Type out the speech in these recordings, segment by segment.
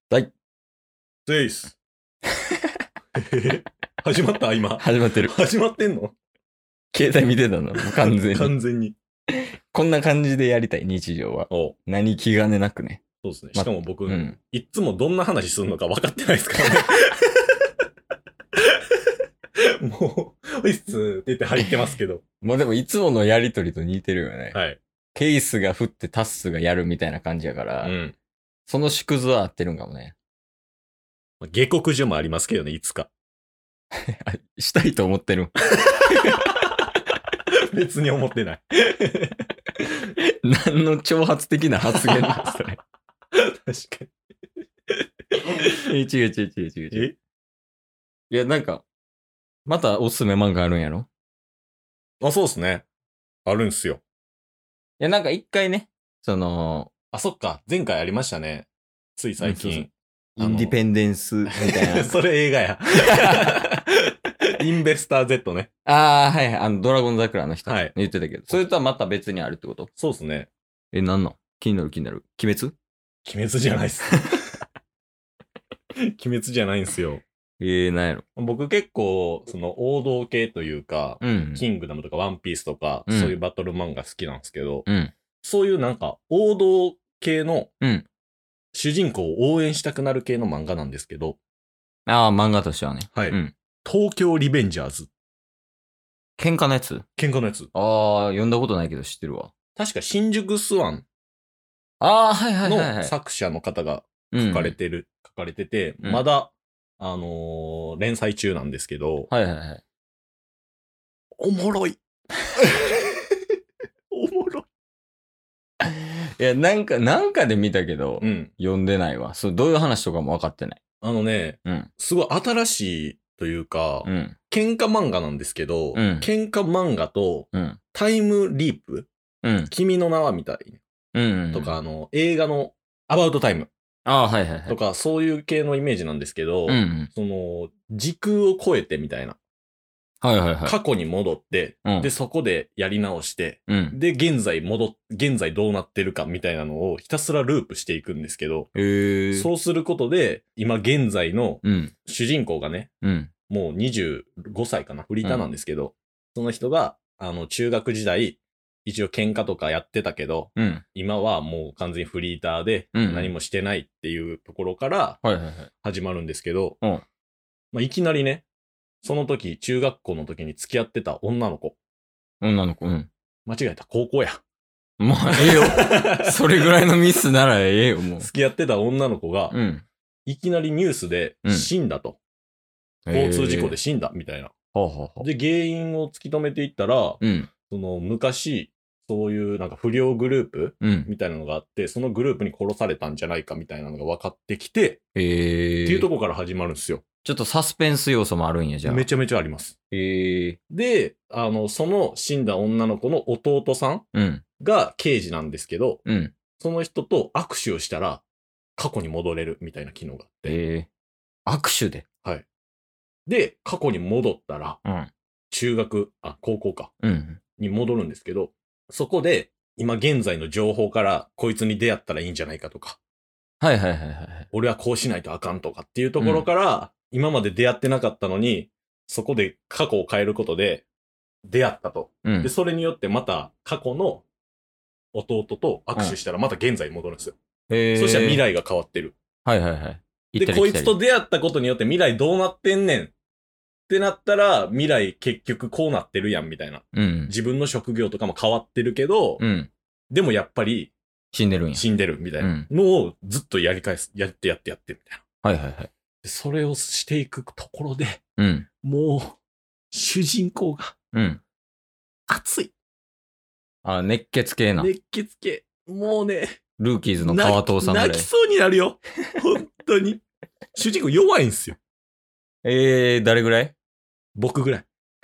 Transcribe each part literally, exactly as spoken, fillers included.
はい。 ゼイス。始まった今。 始まってる。 始まってんの携帯見てたのもう完全に。 完全に。 こんな感じでやりたい、日常は。 お何気兼ねなくね。 そうですね。 ましかも僕、 うん。 いっつもどんな話するのか分かってないですからね。もう、いっすって言って入ってますけど。 まあでもいつものやりとりと似てるよね。 はい。 ケースが振ってタッスがやるみたいな感じやかうら、 ん。 その縮図は合ってるんかもね。 下克上もありますけどね、いつか。 したいと思ってる。 別に思ってない。 何の挑発的な発言なんそれ。 確かえ違う違う違う違うに。 違う。 えいや、なんか、またおすすめ漫画あるんやろ？ あ、そうっすね。あるんすよ。 いや、なんか一回ね、その、 あ、そっか。前回ありましたね。つい最うんそうそう近。 インディペンデンスみたいな。 それ映画や。インベスター Z ね。 ああ、はいはい。あの、ドラゴン桜の人。 はい言ってたけど。それとはまた別にあるってこと？ そうですね。 え、なんなん気になる気になる。鬼滅？ 鬼滅じゃないっす。鬼滅じゃないんすよ。 えー、なんやろ。 僕結構、その王道系というか、 うん。 キングダムとかワンピースとか、 うんそういうバトル漫画好きなんですけど、 うん。 そういうなんか王道系のうん。 主人公を応援したくなる系の漫画なんですけど、 ああ、漫画としてはね。 はい。 うん。 東京リベンジャーズ。 喧嘩のやつ？ 喧嘩のやつ。 ああ、読んだことないけど知ってるわ。 確か新宿スワンああ、はいはいはいはのい。 作者の方がうん書かれてる、書かれてて、 うんまだ、あのー連載中なんですけど、 はいはいはい。 おもろい。おもろい。 いや、なんか、なんかで見たけど、 うん。 読んでないわ。そう、どういう話とかも分かってない。 あのね、 うん。 すごい新しいというか、 うん。 喧嘩漫画なんですけど、 うん喧嘩漫画とうん。 タイムリープ、 うん。 君の名はみたいうん。 とか、あの、映画のアバウトタイムああ、はいはいはい。 とか、そういう系のイメージなんですけど、 うんうん。 その、時空を超えてみたいな。 はいはいはい。 過去に戻って、 うんで、そこでやり直して、 うん。 で、現在戻っ、現在どうなってるかみたいなのをひたすらループしていくんですけど、 へえ。 そうすることで、今現在のうん。 主人公がね、 うん。 もうにじゅうごさいかな、フリーターなんですけど、その人が、あの、中学時代、一応喧嘩とかやってたけど、 うん。 今はもう完全にフリーターでうん何もしてないっていうところからはいはいはい。 始まるんですけど、 うん。 まあ、いきなりね、その時、中学校の時に付き合ってた女の子、 女の子、うん。 間違えた、高校や。 まあ、ええよ。それぐらいのミスならええよ、もう。 付き合ってた女の子が、 うん。 いきなりニュースでうん死んだと。交通事故で死死んだ、みたいな。 ほうほうほう。 で、原因を突き止めていったら、 うん。 その昔、そういうなんか不良グループうん。 みたいなのがあって、そのグループに殺されたんじゃないかみたいなのが分かってきて、 へえ。 っていうところから始まるんですよ。 ちょっとサスペンス要素もあるんや、じゃあ。 めちゃめちゃあります。 へえ。 で、あの、その死んだ女の子の弟さんうん。 が刑事なんですけど、 うん。 その人と握手をしたら過去に戻れるみたいな機能があって。 へえ。握手で。 はい。で、過去に戻ったら、 うん。 中学、あ、高校か、 うん。 に戻るんですけど、そこで、今現在の情報からこいつに出会ったらいいんじゃないかとか、 はいはいはいはい。 俺はこうしないとあかんとかっていうところから、今まで出会ってなかったのに、そこで過去を変えることで出会ったと。 うんで、。それによってまた過去の弟と握手したらまた現在に戻るんですよ。 へえ。 そしたら未来が変わってる。 はいはいはい。行っで、 たり来たりこいつと出会ったことによって未来どうなってんねんってなったら、未来結局こうなってるやんみたいな。 うん。 自分の職業とかも変わってるけど、 うん。 でもやっぱり死んでるんや。 死んでるみたいなのをずっとやり返す。やってやってやってみたいな。 はいはいはい。 でそれをしていくところで、 うん。 もう、主人公がうん。 熱い。 あ、熱血系な。 熱血系。もうね、 ルーキーズの川藤さんぐらい泣き。そうになるよ。本当に。主人公弱いんすよ。 えー、誰ぐらい？ 僕ぐらい。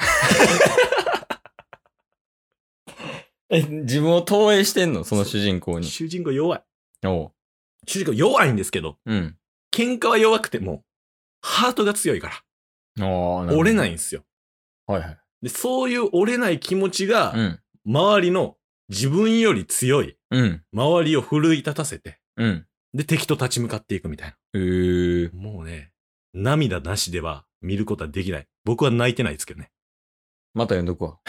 え、自分を投影してんのその主人公に。 主人公弱い。 おう。 主人公弱いんですけど、 うん。 喧嘩は弱くても、ハートが強いから。 ああ、。 折れないいんですよ。 はいはい。 で、そういう折れない気持ちが、 うん。 周りの自分より強い、 うん。 周りを奮い立たせて、 うん。 で、敵と立ち向かっていくみたいな。 へー。 もうね、涙なしでは見ることはできない。僕は泣いてないですけどね。 また読んどくわ。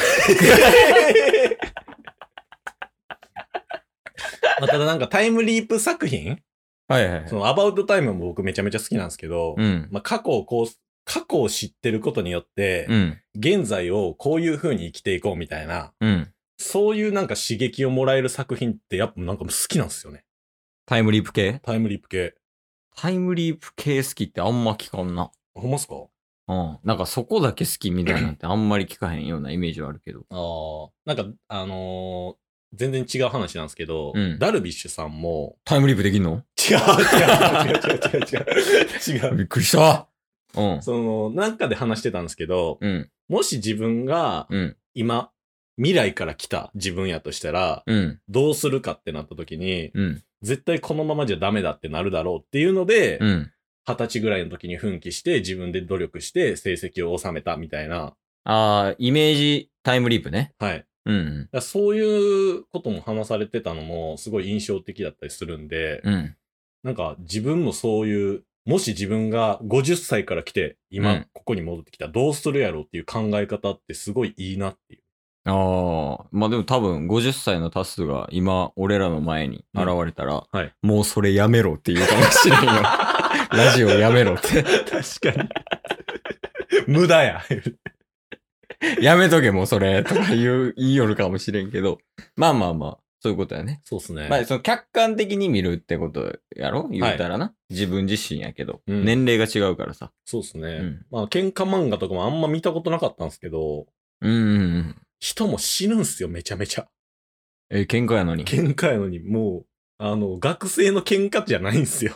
まあ、ただなんかタイムリープ作品はいはいはい。 そのアバウトタイムも僕めちゃめちゃ好きなんですけど、 うん。 まあ過去をこう、過去を知ってることによって、 うん。 現在をこういう風に生きていこうみたいな、 うん。 そういうなんか刺激をもらえる作品ってやっぱなんか好きなんですよね。 タイムリープ系タイムリープ系。 タイムリープ系好きってあんま聞かんな。 ほんまっすか？ うん。なんかそこだけ好きみたいなんてあんまり聞かへんようなイメージはあるけど。 ああ。なんか、あのー全然違う話なんですけど、 うんダルビッシュさんも、 タイムリープできんの違う、違う、違う、違う、違う、違う、違う。 びっくりした。うん。 その、なんかで話してたんですけど、 うん。 もし自分がうん。 今、未来から来た自分やとしたら、 うん。 どうするかってなった時に、 うん。 絶対このままじゃダメだってなるだろうっていうので、 うん。 二十歳ぐらいの時に奮起して自分で努力して成績を収めたみたいな。 あー、イメージタイムリープね。 はい。だかうん。 らそういうことも話されてたのもすごい印象的だったりするんで、 うん。 なんか自分もそういう、もし自分がごじゅっさいから来て、今うんここに戻ってきたらどうするやろうっていう考え方ってすごいいいなっていう。 あー、まあでも多分ごじゅっさいのタスが今俺らの前に現れたら、 はい。 もうそれやめろって言うかもしれんよ。ラジオやめろって。 確かに。無駄や。 やめとけもうそれとか言う、言いよるかもしれんけど。まあまあまあ、そういうことやね。 そうっすね。 まあその客観的に見るってことやろ言うたらな、自分自身やけど、 うん年齢が違うからさ。 そうっすね。 うんまあ喧嘩漫画とかもあんま見たことなかったんですけど、 うんうんうん。 人も死ぬんすよ、めちゃめちゃ。 え、喧嘩やのに。 喧嘩やのに、もう、あの、学生の喧嘩じゃないんすよ。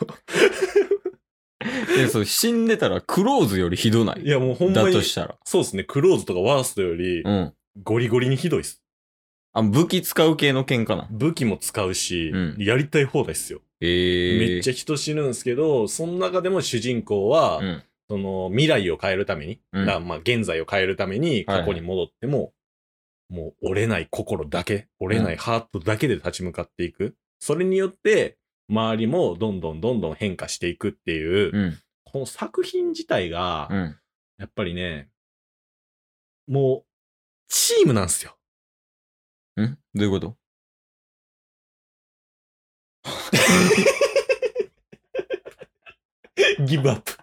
え、そう、死んでたらクローズよりひどないいや、もうほんまにだと、したら。 そうですね、クローズとかワーストよりう、ん。 ゴリゴリにひどいっす。 あ、武器使う系の喧嘩な。 武器も使うし、 うんやりたい放題っすよ。 えー。 めっちゃ人死ぬんすけど、その中でも主人公は、 うん。 その未来を変えるために、 うんだからまあ現在を変えるためにはいはい過去に戻っても、もう折れない心だけ、折れないハートだけで立ち向かっていく。それによって、周りもどんどんどんどん変化していくっていう、 うん。 この作品自体が、 うん。 やっぱりね、もう、チームなんすよ。 んどういうことギブアップ。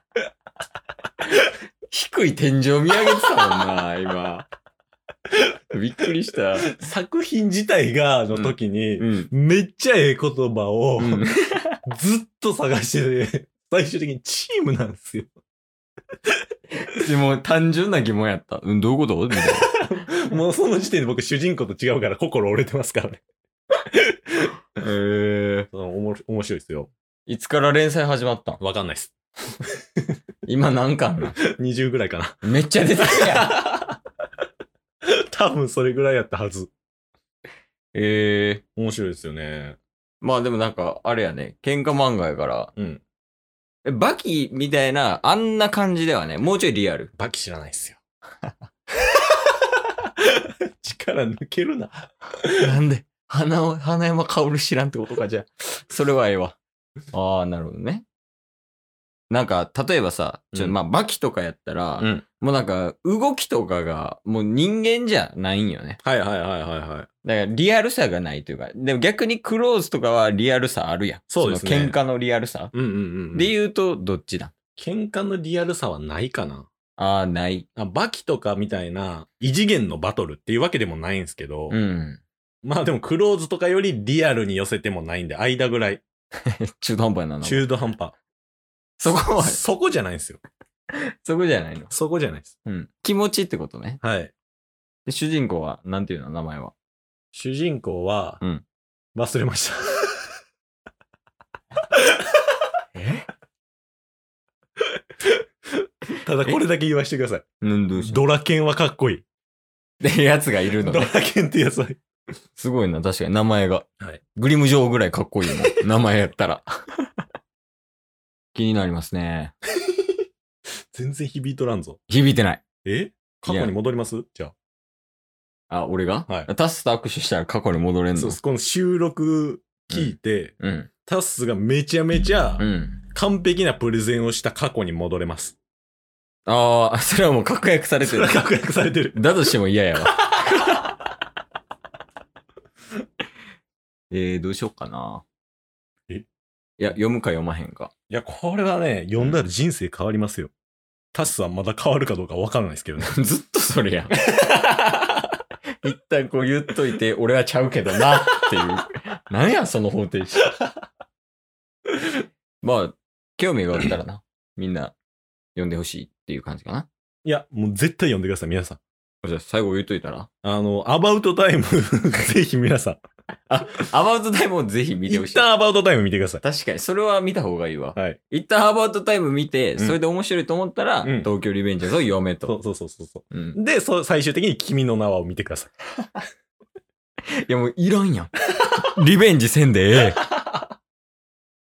低い天井見上げてたもんな、今。びっくりした。 作品自体が、の時に、 うん。 めっちゃええ言葉を、 うん。 ずっと探してて、最終的にチームなんですよ。 でも単純な疑問やった。うん、どういうことみたいな。 もうその時点で僕主人公と違うから心折れてますからね。 えー。 そのおも面白いですよ。 いつから連載始まったんわかんないです。 今何巻なにじゅうぐらいかな。 めっちゃ出てるやん。 多分それぐらいやったはず。 えー。 面白いですよね。 まあでもなんか、あれやね、喧嘩漫画やから、 うん。 えバキみたいな、あんな感じではね、もうちょいリアル。 バキ知らないっすよ。力抜けるな。 なんで花を、花山薫知らんってことか、じゃあ。それはええわ。ああ、なるほどね。なんか、例えばさ、ちょ、 うんまあ、バキとかやったら、 うん。 もうなんか、動きとかが、もう人間じゃないんよね。 はいはいはいはいはい。 だから、リアルさがないというか、でも逆にクローズとかはリアルさあるやん。 そうですねその喧嘩のリアルさ。 うんうんうんうん。 で言うと、どっちだ喧嘩のリアルさはないかな。 ああ、ない。 あバキとかみたいな異次元のバトルっていうわけでもないんですけど、 うん。 まあでもクローズとかよりリアルに寄せてもないんで、間ぐらい。 中途半端やな。なんか中途半端。 そこは、 そこじゃないんですよ。 そこじゃないの。 そこじゃないです。 うん。気持ちってことね。 はい。 で、主人公は、なんていうの名前は。 主人公は、 うん忘れました。 えただこれだけ言わせてください。 うん、どうしよドラケンはかっこいい。 う。で、やつがいるのドね。 ラケンってやつは。 すごいな、確かに名前が。 はい。 グリムジョーぐらいかっこいいもん。名前やったら。気になりますね。 全然響いとらんぞ。 響いてない。 え過去に戻りますじゃあ、俺がはいタスと握手したら過去に戻れあ。 んのそうです。この収録聞いて、 うん。 タッスがめちゃめちゃうん。 完璧なプレゼンをした過去に戻れます。 ああ、それはもう確約されてる。 それは確約されてる。 だとしても嫌やわ。えー、どうしようかな。 えいや、読むか読まへんか。 いや、これはね、読んだら人生変わりますよ。タスはまだ変わるかどうかわからないですけどね。 ずっとそれやん。一旦こう言っといて、俺はちゃうけどなっていう。何や、その方程式。まあ、興味があったらな、みんな読んでほしいっていう感じかな。 いや、もう絶対読んでください、皆さん。 じゃあ最後言っといたらあの、アバウトタイム、ぜひ皆さん。 あ、アバウトタイムをぜひ見てほしい。 一旦アバウトタイム見てください。 確かに、それは見た方がいいわ。 はい。 一旦アバウトタイム見て、 うんそれで面白いと思ったら、 うん東京リベンジャーズを読めそと。 うそうそうそうそう。 うん。 で、そ最終的に君の名はを見てください。 いやもういらんやん。リベンジせんでええ。